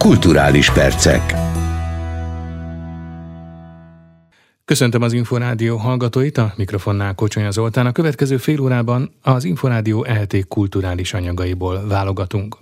Kulturális percek. Köszöntöm az Inforádió hallgatóit, a mikrofonnál Kocsonya Zoltán. A következő fél órában az Inforádió EHT kulturális anyagaiból válogatunk.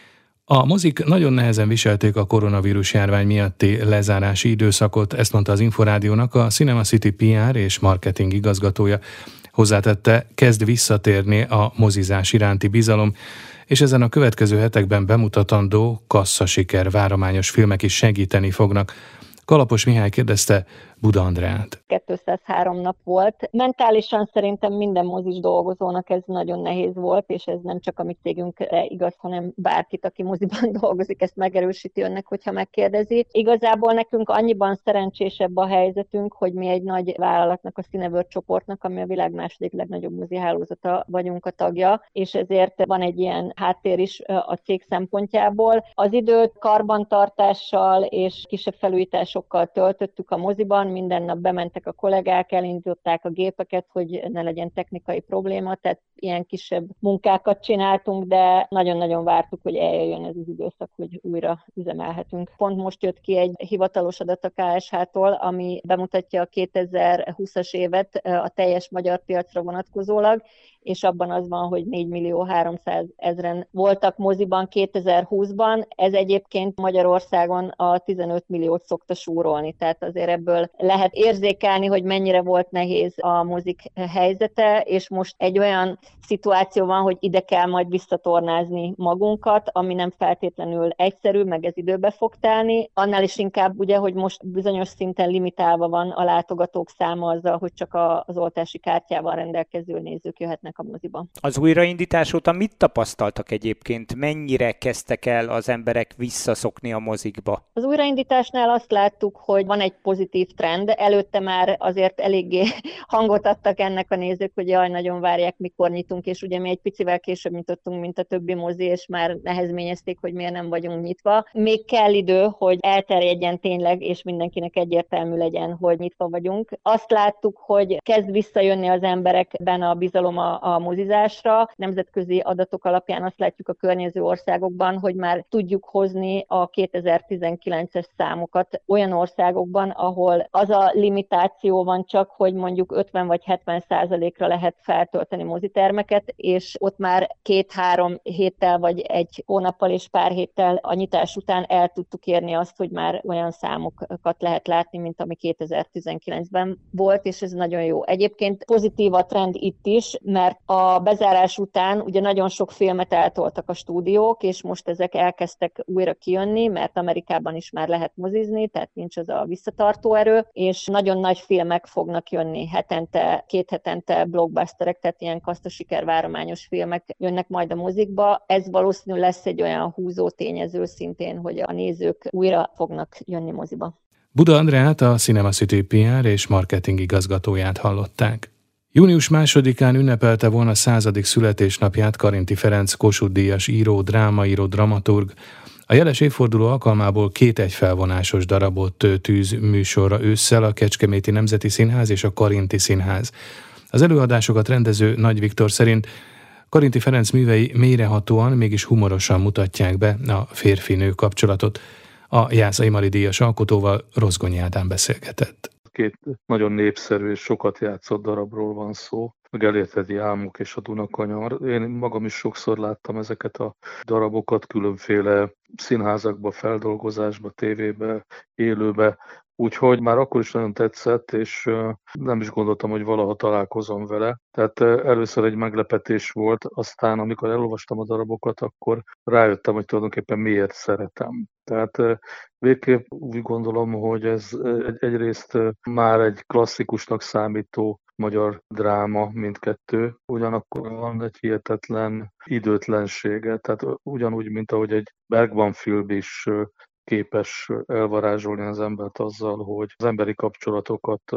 A mozik nagyon nehezen viselték a koronavírus járvány miatti lezárási időszakot, ezt mondta az Inforádiónak a Cinema City PR és marketing igazgatója. Hozzátette, kezd visszatérni a mozizás iránti bizalom, és ezen a következő hetekben bemutatandó kasszasiker várományos filmek is segíteni fognak. Kalapos Mihály kérdezte Buda Andreát. 203 nap volt. Mentálisan szerintem minden mozis dolgozónak ez nagyon nehéz volt, és ez nem csak a mi cégünkre igaz, hanem bárkit, aki moziban dolgozik, ezt megerősíti önnek, hogyha megkérdezi. Igazából nekünk annyiban szerencsésebb a helyzetünk, hogy mi egy nagy vállalatnak, a Cineworld csoportnak, ami a világ második legnagyobb mozihálózata vagyunk a tagja, és ezért van egy ilyen háttér is a cég szempontjából. Az időt karbantartással és kisebb felújításokkal töltöttük a moziban, minden nap bementek a kollégák, elindították a gépeket, hogy ne legyen technikai probléma, tehát ilyen kisebb munkákat csináltunk, de nagyon-nagyon vártuk, hogy eljöjjön ez az időszak, hogy újra üzemelhetünk. Pont most jött ki egy hivatalos adat a KSH-tól, ami bemutatja a 2020-as évet a teljes magyar piacra vonatkozólag, és abban az van, hogy 4.300.000-en voltak moziban 2020-ban. Ez egyébként Magyarországon a 15 milliót szokta súrolni, tehát azért ebből lehet érzékelni, hogy mennyire volt nehéz a mozik helyzete, és most egy olyan szituáció van, hogy ide kell majd visszatornázni magunkat, ami nem feltétlenül egyszerű, meg ez időbe fog telni. Annál is inkább ugye, hogy most bizonyos szinten limitálva van a látogatók száma azzal, hogy csak az oltási kártyával rendelkező nézők jöhetnek a moziba. Az újraindítás óta mit tapasztaltak egyébként? Mennyire kezdtek el az emberek visszaszokni a mozikba? Az újraindításnál azt láttuk, hogy van egy pozitív trend. Előtte már azért eléggé hangot adtak ennek a nézők, hogy jaj, nagyon várják, mikor nyitunk, és ugye mi egy picivel később nyitottunk, mint a többi mozi, és már nehezményezték, hogy miért nem vagyunk nyitva. Még kell idő, hogy elterjedjen tényleg, és mindenkinek egyértelmű legyen, hogy nyitva vagyunk. Azt láttuk, hogy kezd visszajönni az emberekben a bizalom a mozizásra. Nemzetközi adatok alapján azt látjuk a környező országokban, hogy már tudjuk hozni a 2019-es számokat olyan országokban, ahol az a limitáció van csak, hogy mondjuk 50 vagy 70%-ra lehet feltölteni mozitermeket, és ott már 2-3 héttel vagy egy hónappal és pár héttel a nyitás után el tudtuk érni azt, hogy már olyan számokat lehet látni, mint ami 2019-ben volt, és ez nagyon jó. Egyébként pozitív a trend itt is, mert a bezárás után ugye nagyon sok filmet eltoltak a stúdiók, és most ezek elkezdtek újra kijönni, mert Amerikában is már lehet mozizni, tehát nincs az a visszatartó erő, és nagyon nagy filmek fognak jönni hetente, 2 hetente blockbusterek, tehát ilyen kasszasikervárományos filmek jönnek majd a mozikba. Ez valószínűleg lesz egy olyan húzó tényező szintén, hogy a nézők újra fognak jönni moziba. Buda Andreát, a Cinema City PR és marketing igazgatóját hallották. Június 2-án ünnepelte volna 100. születésnapját Karinthy Ferenc Kossuth-díjas író, drámaíró, dramaturg. A jeles évforduló alkalmából 2 egyfelvonásos darabot tűz műsorra ősszel a Kecskeméti Nemzeti Színház és a Karinthy Színház. Az előadásokat rendező Nagy Viktor szerint Karinthy Ferenc művei mélyrehatóan, mégis humorosan mutatják be a férfi-nő kapcsolatot. A Jászai Mari díjas alkotóval Rozgonyi Ádám beszélgetett. 2 nagyon népszerű és sokat játszott darabról van szó, a Gellérthegyi Álmok és a Dunakanyar. Én magam is sokszor láttam ezeket a darabokat különféle színházakba, feldolgozásba, tévébe, élőbe, úgyhogy már akkor is nagyon tetszett, és nem is gondoltam, hogy valaha találkozom vele. Tehát először egy meglepetés volt, aztán amikor elolvastam a darabokat, akkor rájöttem, hogy tulajdonképpen miért szeretem. Tehát végképp úgy gondolom, hogy ez egyrészt már egy klasszikusnak számító magyar dráma mindkettő, ugyanakkor van egy hihetetlen időtlensége, tehát ugyanúgy, mint ahogy egy Bergman-film is képes elvarázsolni az embert azzal, hogy az emberi kapcsolatokat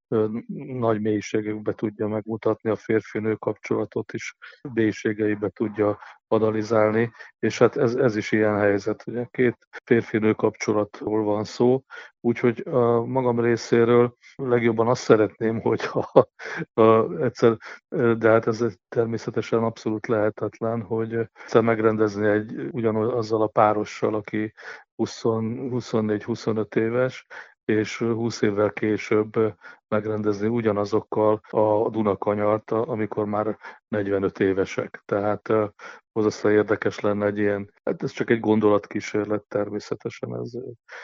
nagy mélységekbe tudja megmutatni, a férfi-nő kapcsolatot is mélységeibe tudja analizálni, és hát ez is ilyen helyzet, ugye két férfi-nő kapcsolatról van szó, úgyhogy a magam részéről legjobban azt szeretném, hogyha egyszer, de hát ez természetesen abszolút lehetetlen, hogy egyszer megrendezni ugyanazzal a párossal, aki 24-25 éves, és 20 évvel később megrendezni ugyanazokkal a Dunakanyart, amikor már 45 évesek. Tehát aztán érdekes lenne egy ilyen, hát ez csak egy gondolatkísérlet természetesen ez.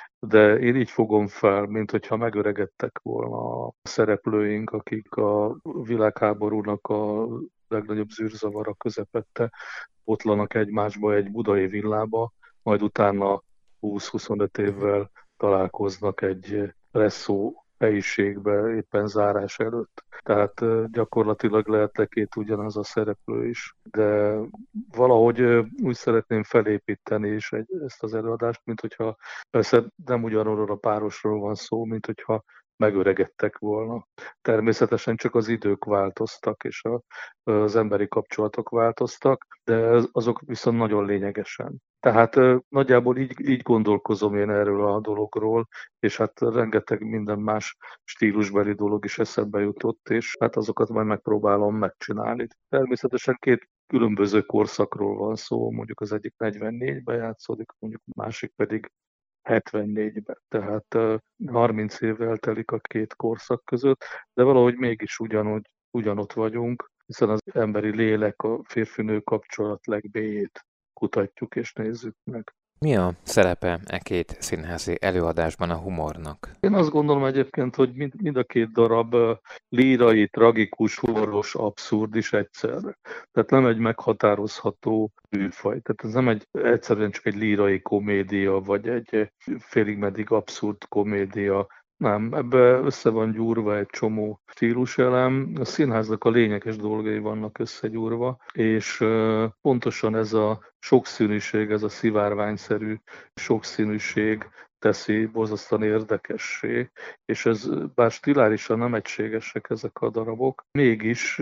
De én így fogom fel, mint hogyha megöregedtek volna a szereplőink, akik a világháborúnak a legnagyobb zűrzavara közepette botlanak egymásba egy budai villába, majd utána 20-25 évvel találkoznak egy resszó helyiségbe éppen zárás előtt. Tehát gyakorlatilag lehetne két ugyanaz a szereplő is. De valahogy úgy szeretném felépíteni is ezt az előadást, mint hogyha persze nem ugyanarról a párosról van szó, mint hogyha megöregedtek volna. Természetesen csak az idők változtak, és az emberi kapcsolatok változtak, de azok viszont nagyon lényegesen. Tehát nagyjából így gondolkozom én erről a dologról, és hát rengeteg minden más stílusbeli dolog is eszembe jutott, és hát azokat majd megpróbálom megcsinálni. Természetesen két különböző korszakról van szó, mondjuk az egyik 44-ben játszódik, mondjuk a másik pedig 74-ben. Tehát 30 évvel telik a két korszak között, de valahogy mégis ugyanott vagyunk, hiszen az emberi lélek, a férfi-nő kapcsolat legbélyét kutatjuk és nézzük meg. Mi a szerepe két színházi előadásban a humornak? Én azt gondolom egyébként, hogy mind a két darab lírai, tragikus, humoros, abszurd is egyszerre. Tehát nem egy meghatározható műfaj. Tehát ez nem egyszerűen csak egy lírai komédia, vagy egy félig-meddig abszurd komédia. Nem, ebbe össze van gyúrva egy csomó stíluselem, a színháznak a lényeges dolgai vannak összegyúrva, és pontosan ez a sokszínűség, ez a szivárványszerű sokszínűség teszi borzasztóan érdekessé, és ez bár stilárisan nem egységesek ezek a darabok, mégis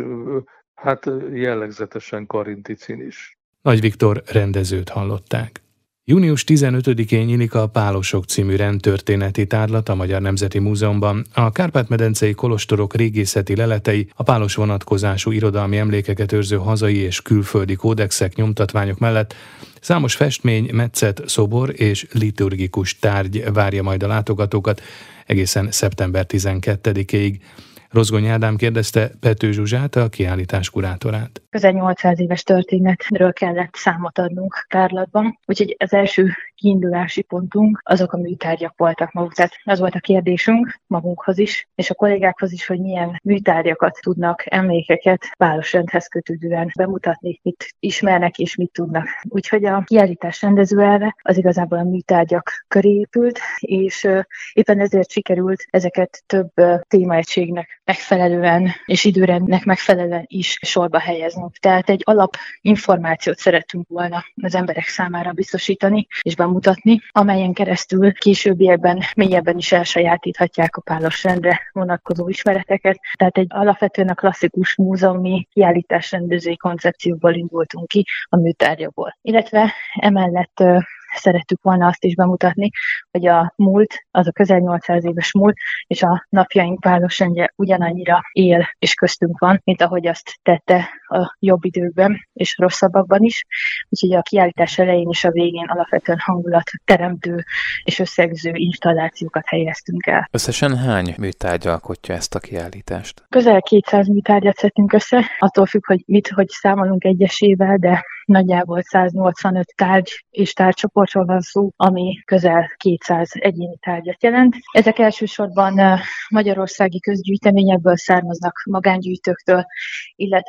hát jellegzetesen karinticin is. Nagy Viktor rendezőt hallották. Június 15-én nyílik a Pálosok című rendtörténeti tárlat a Magyar Nemzeti Múzeumban. A kárpát-medencei kolostorok régészeti leletei, a pálos vonatkozású irodalmi emlékeket őrző hazai és külföldi kódexek, nyomtatványok mellett számos festmény, metszet, szobor és liturgikus tárgy várja majd a látogatókat egészen szeptember 12-ig. Rozgony Ádám kérdezte Pető Zsuzsát, a kiállítás kurátorát. Közel 800 éves történetről kellett számot adnunk tárlatban, úgyhogy az első kiindulási pontunk azok a műtárgyak voltak maguk. Tehát az volt a kérdésünk magunkhoz is, és a kollégákhoz is, hogy milyen műtárgyakat tudnak, emlékeket Pálosrendhez kötődően bemutatni, mit ismernek és mit tudnak. Úgyhogy a kiállítás rendezőelve az igazából a műtárgyak köré épült, és éppen ezért sikerült ezeket több témaegységnek megfelelően és időrendnek megfelelően is sorba helyeznünk. Tehát egy alapinformációt szerettünk volna az emberek számára biztosítani és bemutatni, amelyen keresztül későbbiekben mélyebben is elsajátíthatják a Pálosrendre vonatkozó ismereteket. Tehát egy alapvetően a klasszikus múzeumi kiállításrendezői koncepcióból indultunk ki a műtárgyakból. Illetve emellett szerettük volna azt is bemutatni, hogy a múlt, az a közel 800 éves múlt, és a napjaink Pálosrendje ugyanannyira él és köztünk van, mint ahogy azt tette a jobb időkben és rosszabbakban is. Úgyhogy a kiállítás elején és a végén alapvetően hangulatteremtő és összegző installációkat helyeztünk el. Összesen hány műtárgy alkotja ezt a kiállítást? Közel 200 műtárgyat szedtünk össze, attól függ, hogy számolunk egyesével, de nagyjából 185 tárgy és tárgycsoportról van szó, ami közel 200 egyéni tárgyat jelent. Ezek elsősorban magyarországi közgyűjteményekből származnak, magángyűjtőktől, illetve a cseh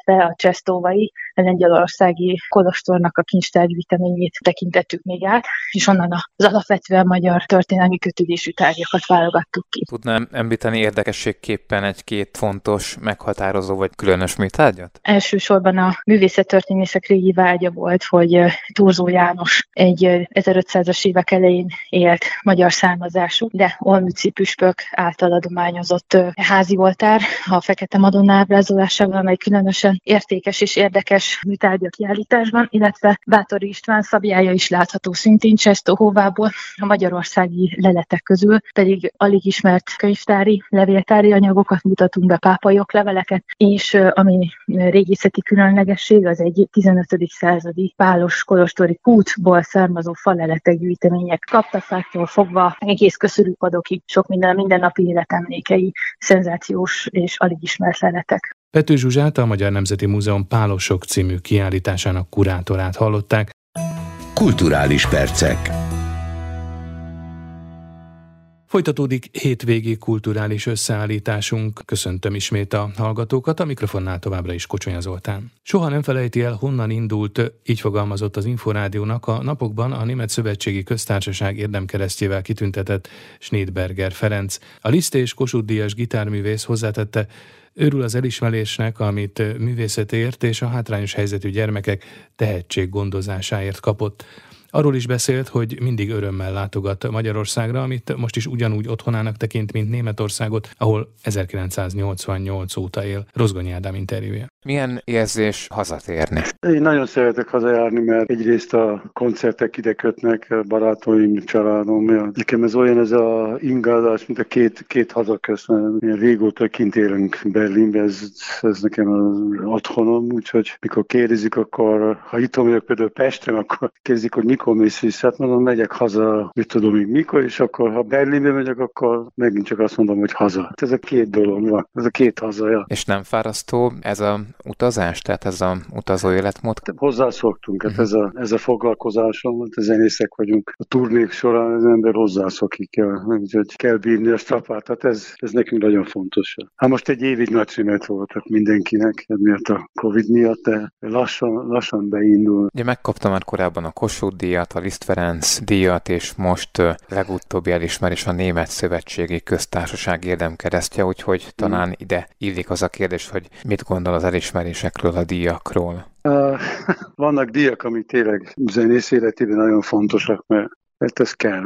Csesztóvai, a lengyelországi kolostornak a kincstárgygyűjteményét tekintettük még át, és onnan az alapvetően magyar történelmi kötődésű tárgyakat válogattuk ki. Tudnám említeni érdekességképpen egy-két fontos, meghatározó vagy különös műtárgyat? Elsősorban a művészettörténészek régi vágya volt, hogy Thurzó János egy 1500-as évek elején élt magyar származású, de olmützi püspök által adományozott házi oltár a Fekete Madonna ábrázolásával, amely különösen értékes és érdekes műtárgya kiállításban, illetve Báthori István szabjája is látható szintén Csesztóhovából, a magyarországi leletek közül pedig alig ismert könyvtári, levéltári anyagokat mutatunk be, pápai okleveleket, és ami régészeti különlegesség, az egy 15. századi pálos kolostori kútból származó faleletek gyűjtemények, kaptafáktól fogva egész köszörűpadokig sok mindennapi életemlékei, szenzációs és alig ismert leletek. Pető Zsuzsát, a Magyar Nemzeti Múzeum Pálosok című kiállításának kurátorát hallották. Kulturális percek. Folytatódik hétvégi kulturális összeállításunk. Köszöntöm ismét a hallgatókat, a mikrofonnál továbbra is Kocsonya Zoltán. Soha nem felejti el, honnan indult, így fogalmazott az Inforádiónak a napokban a Német Szövetségi Köztársaság érdemkeresztjével kitüntetett Schneidberger Ferenc. A Liszt és Kossuth díjas gitárművész hozzátette, örül az elismerésnek, amit művészetért és a hátrányos helyzetű gyermekek tehetséggondozásáért kapott. Arról is beszélt, hogy mindig örömmel látogat Magyarországra, amit most is ugyanúgy otthonának tekint, mint Németországot, ahol 1988 óta él. Rozgonyi Ádám interjúja. Milyen érzés hazatérni? Én nagyon szeretek hazajárni, mert egyrészt a koncertek ide kötnek, barátaim, családom. Nekem ez olyan, ez a ingázás, mint a két haza közt. Milyen régóta kint élünk Berlinben, ez nekem az otthonom, úgyhogy mikor kérdezik, akkor ha itt vagyok például Pesten, akkor kérdezik, hogy mikor mész vissza, hát mondom, megyek haza, mit tudom még mikor, és akkor ha Berlinbe megyek, akkor megint csak azt mondom, hogy haza. Ez a két dolog van, ez a két hazaja. És nem fárasztó ez a utazás, tehát ez a utazó életmód? Hozzászoktunk, hát ez a foglalkozásom, hát a zenészek vagyunk. A turnék során az ember hozzászokik, úgyhogy kell bírni a strapát, hát ez nekünk nagyon fontos. Hát most egy évig nagy szünet voltak mindenkinek, miatt a Covid miatt, de lassan beindul. Ugye megkaptam már korábban a Kossuth díjat, a Liszt Ferenc díjat, és most legutóbbi elismerés a Német Szövetségi Köztársaság érdemkeresztje, úgyhogy talán ide illik az a kérdés, hogy mit gondol az elismerésekről, a díjakról. Vannak díjak, amik tényleg zenész életében nagyon fontosak, mert ez kell.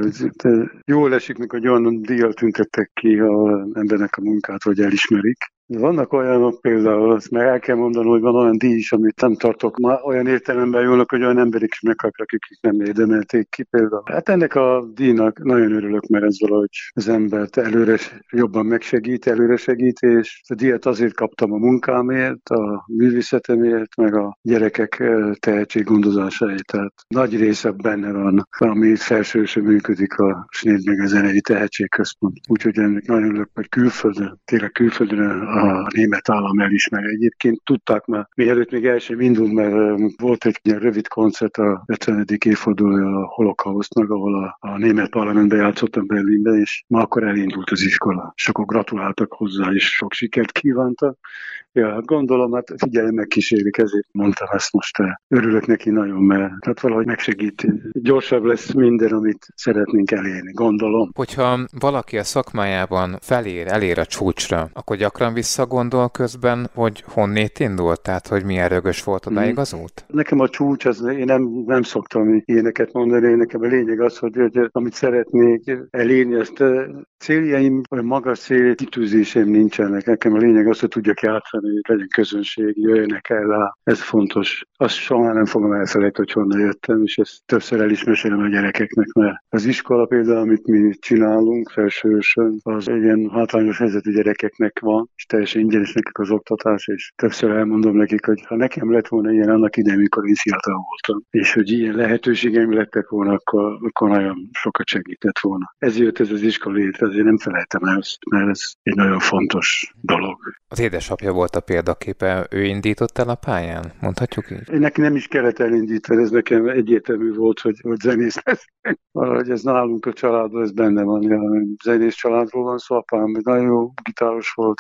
Jól esik, mikor olyan díjat tüntettek ki az embernek a munkát, hogy elismerik. Vannak olyanok például, azt meg el kell mondani, hogy van olyan díj is, amit nem tartok már olyan értelemben jónak, hogy olyan emberek is megkapják, akik nem érdemelték ki például. Hát ennek a díjnak nagyon örülök, mert ez valahogy az embert jobban megsegít, előre segít, és a díjat azért kaptam a munkámért, a művészetemért, meg a gyerekek tehetséggondozásáért. Tehát nagy része benne van, ami felsősen működik a Schneidberger Zenei Tehetségközpont. Úgyhogy ennek nagyon örülök, hogy tényleg külföldön a német állam elismer. Egyébként tudták már, mielőtt még el sem indult, mert volt egy rövid koncert a 50. évfordulója a holokausztnak, ahol a német parlamentben játszottam Berlinben, és ma akkor elindult az iskola. És akkor gratuláltak hozzá, és sok sikert kívántak. Ja, gondolom, hát figyelemmel kísérik, ezért mondtam ezt most. Örülök neki nagyon, mert hát valahogy megsegít. Gyorsabb lesz minden, amit szeretnénk elérni, gondolom. Hogyha valaki a szakmájában elér a csúcsra, akkor gyakran visszagondol közben, hogy honnét indult, tehát hogy milyen rögös volt odáig az út? Nekem a csúcs, én nem szoktam ilyeneket mondani, nekem a lényeg az, hogy amit szeretnék elérni, ezt céljaim, vagy magas cél kitűzéseim nincsenek. Nekem a lényeg az, hogy tudjak játszani, hogy legyen közönség, jöjjenek el rá. Ez fontos. Azt soha nem fogom elfelejteni, hogy honnan jöttem, és ezt többször el is mesélem a gyerekeknek, mert az iskola például, amit mi csinálunk felsősön, az ilyen hátrányos helyzetű gyerekeknek van, és teljesen ingyenes nekik az oktatás, és többször elmondom nekik, hogy ha nekem lett volna ilyen annak idején, mikor én fiatal voltam, és hogy ilyen lehetőségeim lettek volna, akkor nagyon sokat segített volna. Ezért ez az iskola létre, azért nem felejtem el ezt, mert ez egy nagyon fontos dolog. Az édesapja volt a példaképe, ő indított el a pályán, mondhatjuk így? Neki nem is kellett elindítani, ez nekem egyértelmű volt, hogy zenész lesz. Valahogy ez nálunk a családban, ez benne van, zenész családról van szó, apám nagyon jó gitáros volt, és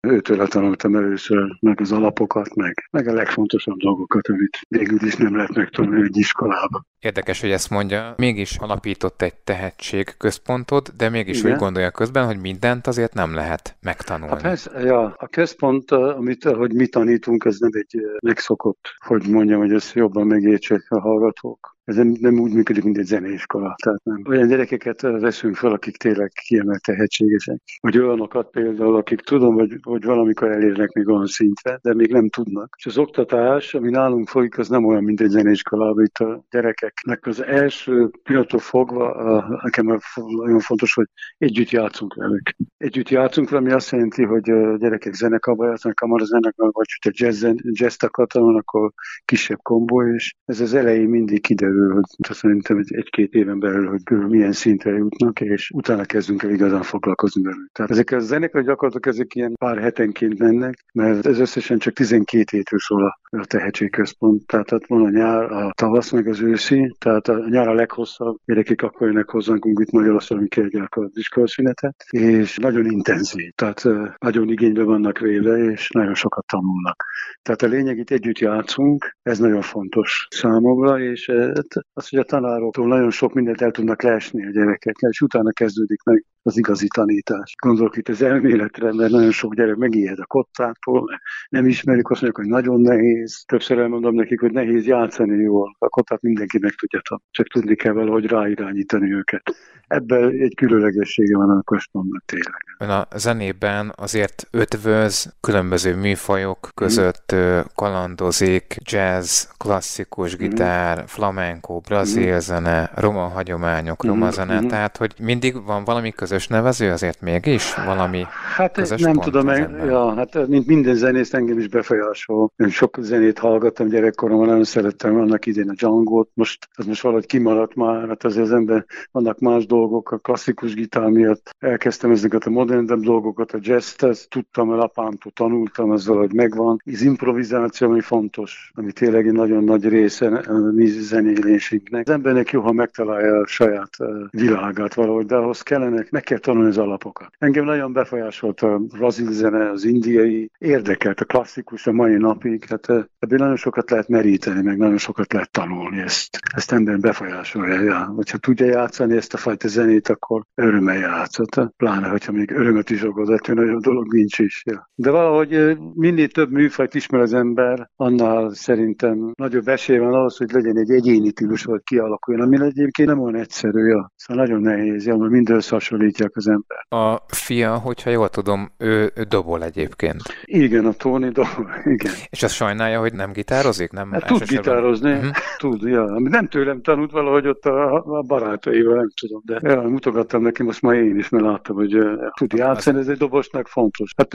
őtől tanultam először meg az alapokat, meg a legfontosabb dolgokat, amit végül is nem lehet megtanulni egy iskolába. Érdekes, hogy ezt mondja. Mégis alapított egy tehetségközpontot, de mégis Igen. úgy gondolja közben, hogy mindent azért nem lehet megtanulni. A központ, hogy mi tanítunk, ez nem egy megszokott, hogy mondjam, hogy ezt jobban megértsék a hallgatók. Ez nem úgy működik, mint egy zeneiskola. Tehát nem. Olyan gyerekeket veszünk fel, akik tényleg kiemelt tehetségesek. Vagy olyanokat például, akik tudom, hogy valamikor elérnek még olyan szintre, de még nem tudnak. És az oktatás, ami nálunk folyik, az nem olyan, mint egy zeneiskolában. Itt a gyerekeknek az első pillanattól fogva, nekem nagyon fontos, hogy együtt játszunk velük. Együtt játszunk velük, ami azt jelenti, hogy a gyerekek zenekarba játszanak, kamarazenekben, vagy hogyha jazzt akartam, akkor kisebb kombó, és ez az elején mindig kiderül, hogy szerintem egy-két éven belül, hogy milyen szintre jutnak, és utána kezdünk el igazán foglalkozni velük. Tehát ezek a zenekar gyakorlatilag ezek ilyen pár hetenként mennek, mert ez összesen csak 12 hétről szól a tehetségközpont. Tehát van a nyár, a tavasz meg az őszi, tehát a nyár a leghosszabb, gyerekek akkor jönnek hozzánk itt Magyarországon, kérják az iskolaszünetet, és nagyon intenzív, tehát nagyon igénybe vannak véve, és nagyon sokat tanulnak. Tehát a lényeg, itt együtt játszunk, ez nagyon fontos számomra, és az, hogy a tanároktól nagyon sok mindent el tudnak leesni a gyerekekkel, és utána kezdődik meg az igazi tanítás. Gondolok itt az elméletre, mert nagyon sok gyerek megijed a kottától, nem ismerik, azt mondják, hogy nagyon nehéz. Többször elmondom nekik, hogy nehéz játszani jól. A kottát mindenki meg tudja tanulni, csak tudni kell valahogy ráirányítani őket. Ebben egy különlegessége van a központnak tényleg. Ön a zenében azért ötvöz, különböző műfajok között kalandozik, jazz, klasszikus gitár, flamenco, brazil zene, roma hagyományok, roma zene, tehát hogy mindig van valami közös nevező, azért mégis valami közös nem pont tudom, mint minden zenész engem is befolyásol. Én sok zenét hallgattam gyerekkoromban, nagyon szerettem annak idén a Django-t, most valahogy kimaradt már, hát azért az ember, vannak más dolgok, a klasszikus gitár miatt elkezdtem ezeket a modernebb dolgokat, a jazzt, ezt tudtam, el apámtól tanultam, ez valahogy megvan. Az improvizáció, ami fontos, ami tényleg egy nagyon nagy része a mi zenélésünknek. Az embernek jó, ha megtalálja a saját világát valahogy, de ahhoz kellene, meg kell tanulni az alapokat. Engem nagyon befolyásolt a brazil zene, az indiai, érdekelt a klasszikus a mai napig, hát ebből nagyon sokat lehet meríteni, meg nagyon sokat lehet tanulni, ezt ember befolyásolja. Ja. Hogyha tudja játszani ezt a fajta zenét, akkor örömmel játszott. Pláne, hogyha még örömet is okoz, ettől nagyobb dolog nincs is. Ja. De valahogy minél több műfajt ismer az ember, annál szerintem nagyobb esély van ahhoz, hogy legyen egy egyéni stílus, vagy kialakuljon, ami egyébként nem olyan egyszerű. Ja. Szóval nagyon nehéz, mert mind összehasonlítják az ember. A fia, hogyha jól tudom, ő dobol egyébként. Igen, a Tóni dobol, igen. És azt sajnálja, hogy nem gitározik? Nem tud gitározni, tud, ja. Nem tőlem tanult, valahogy ott a barátaival, nem tudom, de mutogattam neki, most már én is, mert láttam, hogy tud játszani, ez egy dobosnak fontos. Hát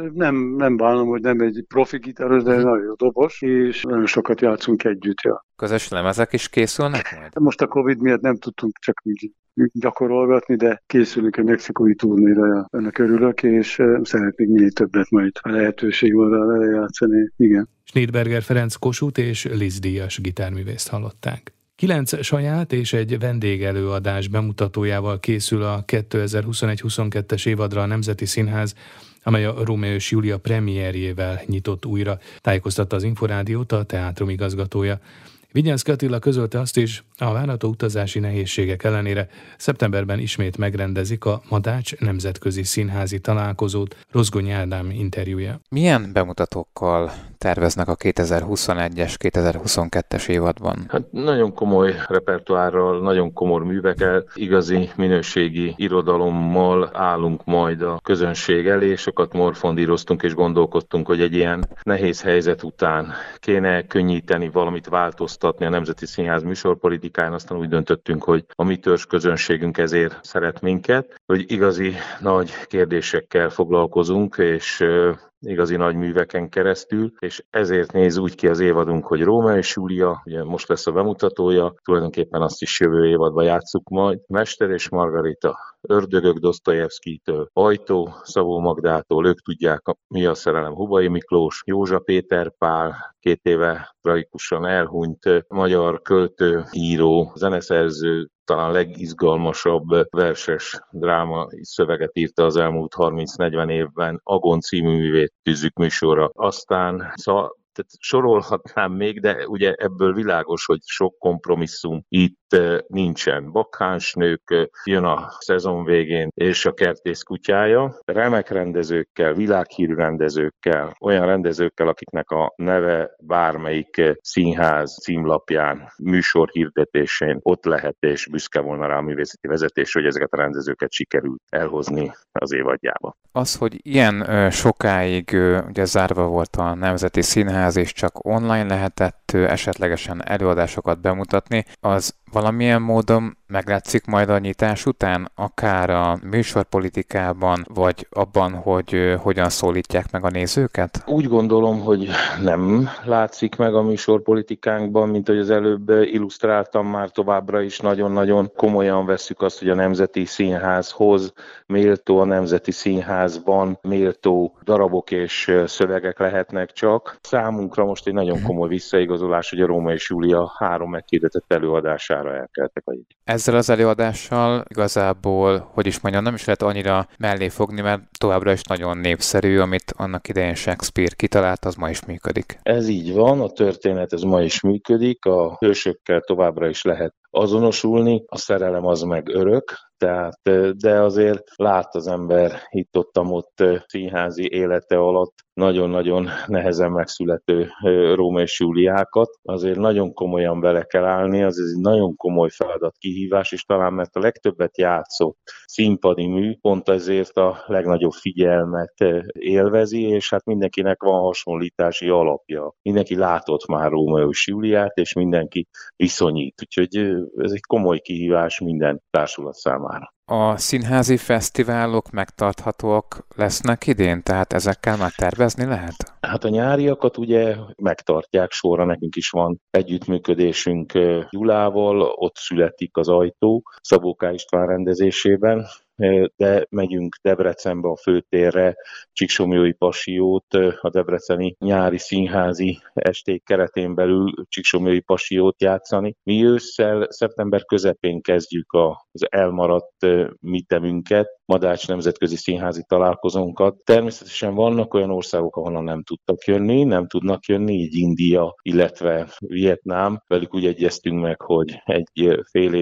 nem bánom, hogy nem egy profi gitáros, de nagyon jó dobos, és nagyon sokat játszunk együtt, ja. Közös lemezek is készülnek majd? Most a Covid miatt nem tudtunk csak gyakorolgatni, de készülünk egy mexikói turnéra, ennek örülök, és szeretnék minél többet majd, a lehetőség van rá játszani, igen. Schnittberger Ferenc Kossuth és Liszt díjas gitárművészt hallották. 9 saját és egy vendégelőadás bemutatójával készül a 2021-22-es évadra a Nemzeti Színház, amely a Rómeó és Júlia premierjével nyitott újra, tájékoztatta az Inforádiót a teátrum igazgatója. Vigyánszky Attila közölte azt is, a várható utazási nehézségek ellenére szeptemberben ismét megrendezik a Madács Nemzetközi Színházi Találkozót. Rozgonyi Ádám interjúja. Milyen bemutatókkal terveznek a 2021-es, 2022-es évadban? Hát nagyon komoly repertoárral, nagyon komoly művekkel, igazi minőségi irodalommal állunk majd a közönség elé. Sokat morfondíroztunk és gondolkodtunk, hogy egy ilyen nehéz helyzet után kéne könnyíteni, valamit változtatni a Nemzeti Színház műsorpolitikán, aztán úgy döntöttünk, hogy a mi törzs közönségünk ezért szeret minket, hogy igazi nagy kérdésekkel foglalkozunk, és igazi nagy műveken keresztül, és ezért néz úgy ki az évadunk, hogy Rómeó és Júlia, ugye most lesz a bemutatója, tulajdonképpen azt is jövő évadban játsszuk majd, Mester és Margarita, Ördögök Dosztojevszkijtől, Ajtó Szabó Magdától, ők tudják, mi a szerelem, Hubay Miklós, Józsa Péter Pál, 2 éve tragikusan elhunyt magyar költő, író, zeneszerző, talán legizgalmasabb verses dráma szöveget írta az elmúlt 30-40 évben, Agon című művét tűzzük műsorra. Aztán tehát sorolhatnám még, de ugye ebből világos, hogy sok kompromisszum itt nincsen. Bakhánsnők, jön a szezon végén, és a Kertész kutyája. Remek rendezőkkel, világhírű rendezőkkel, olyan rendezőkkel, akiknek a neve bármelyik színház címlapján, műsor hirdetésén ott lehet, és büszke volna rá a művészeti vezetés, hogy ezeket a rendezőket sikerült elhozni az évadjába. Az, hogy ilyen sokáig ugye zárva volt a Nemzeti Színház, és csak online lehetett esetlegesen előadásokat bemutatni, az valamilyen módon meglátszik majd a nyitás után, akár a műsorpolitikában, vagy abban, hogy hogyan szólítják meg a nézőket? Úgy gondolom, hogy nem látszik meg a műsorpolitikánkban, mint hogy az előbb illusztráltam, már továbbra is nagyon-nagyon komolyan vesszük azt, hogy a Nemzeti Színházhoz méltó, a Nemzeti Színházban méltó darabok és szövegek lehetnek csak. Számunkra most egy nagyon komoly visszaigazolás, hogy a Róma és Júlia 3 meghirdetett előadására elkeltek a jegyek. Ezzel az előadással igazából, hogy is mondjam, nem is lehet annyira mellé fogni, mert továbbra is nagyon népszerű, amit annak idején Shakespeare kitalált, az ma is működik. Ez így van, a történet ez ma is működik, a hősökkel továbbra is lehet azonosulni, a szerelem az meg örök, tehát, de azért lát az ember itt-ott színházi élete alatt nagyon-nagyon nehezen megszülető Róma és Júliákat. Azért nagyon komolyan bele kell állni, az egy nagyon komoly feladat, kihívás, és talán mert a legtöbbet játszott színpadi mű, pont ezért a legnagyobb figyelmet élvezi, és hát mindenkinek van hasonlítási alapja. Mindenki látott már Róma és Júliát, és mindenki viszonyít, úgyhogy ez egy komoly kihívás minden társulat számára. A színházi fesztiválok megtarthatóak lesznek idén? Tehát ezekkel már tervezni lehet? Hát a nyáriakat ugye megtartják sorra, nekünk is van együttműködésünk Gyulával, ott születik az Ajtó Szabó K. István rendezésében, de megyünk Debrecenbe a főtérre, Csíksomlyói Pasiót, a debreceni nyári színházi esték keretén belül Csíksomlyói Pasiót játszani. Mi ősszel, szeptember közepén kezdjük az elmaradt mitemünket, Madács nemzetközi színházi találkozónkat. Természetesen vannak olyan országok, ahonnan nem tudnak jönni, így India, illetve Vietnám. Velük úgy egyeztünk meg, hogy egy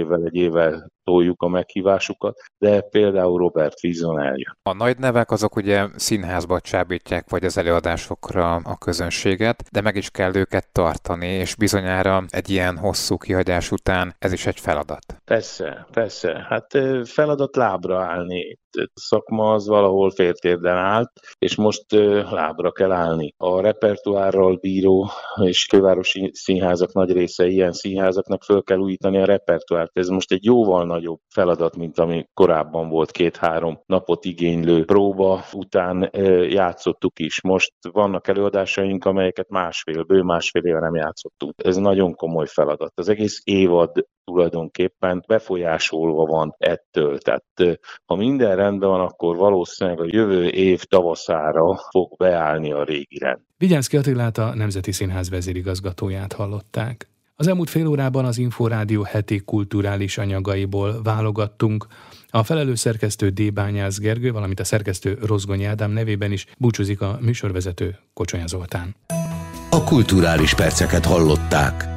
évvel toljuk a meghívásukat, de például Robert Wilson eljön. A nagy nevek azok ugye színházba csábítják, vagy az előadásokra a közönséget, de meg is kell őket tartani, és bizonyára egy ilyen hosszú kihagyás után ez is egy feladat. Persze. Hát feladat lábra állni. A szakma az valahol féltérden állt, és most lábra kell állni. A repertoárral bíró és fővárosi színházak nagy része ilyen színházaknak föl kell újítani a repertoárt. Ez most egy jóval nagyobb feladat, mint ami korábban volt, 2-3 napot igénylő próba után játszottuk is. Most vannak előadásaink, amelyeket bő másfél éve nem játszottunk. Ez nagyon komoly feladat. Az egész évad tulajdonképpen befolyásolva van ettől. Tehát ha minden rendben van, akkor valószínűleg a jövő év tavaszára fog beállni a régi rend. Vigyánszky Attilát, a Nemzeti Színház vezérigazgatóját hallották. Az elmúlt fél órában az Inforádió heti kulturális anyagaiból válogattunk. A felelős szerkesztő D. Bányász Gergő, valamint a szerkesztő Rozgonyi Ádám nevében is búcsúzik a műsorvezető Kocsonya Zoltán. A kulturális perceket hallották.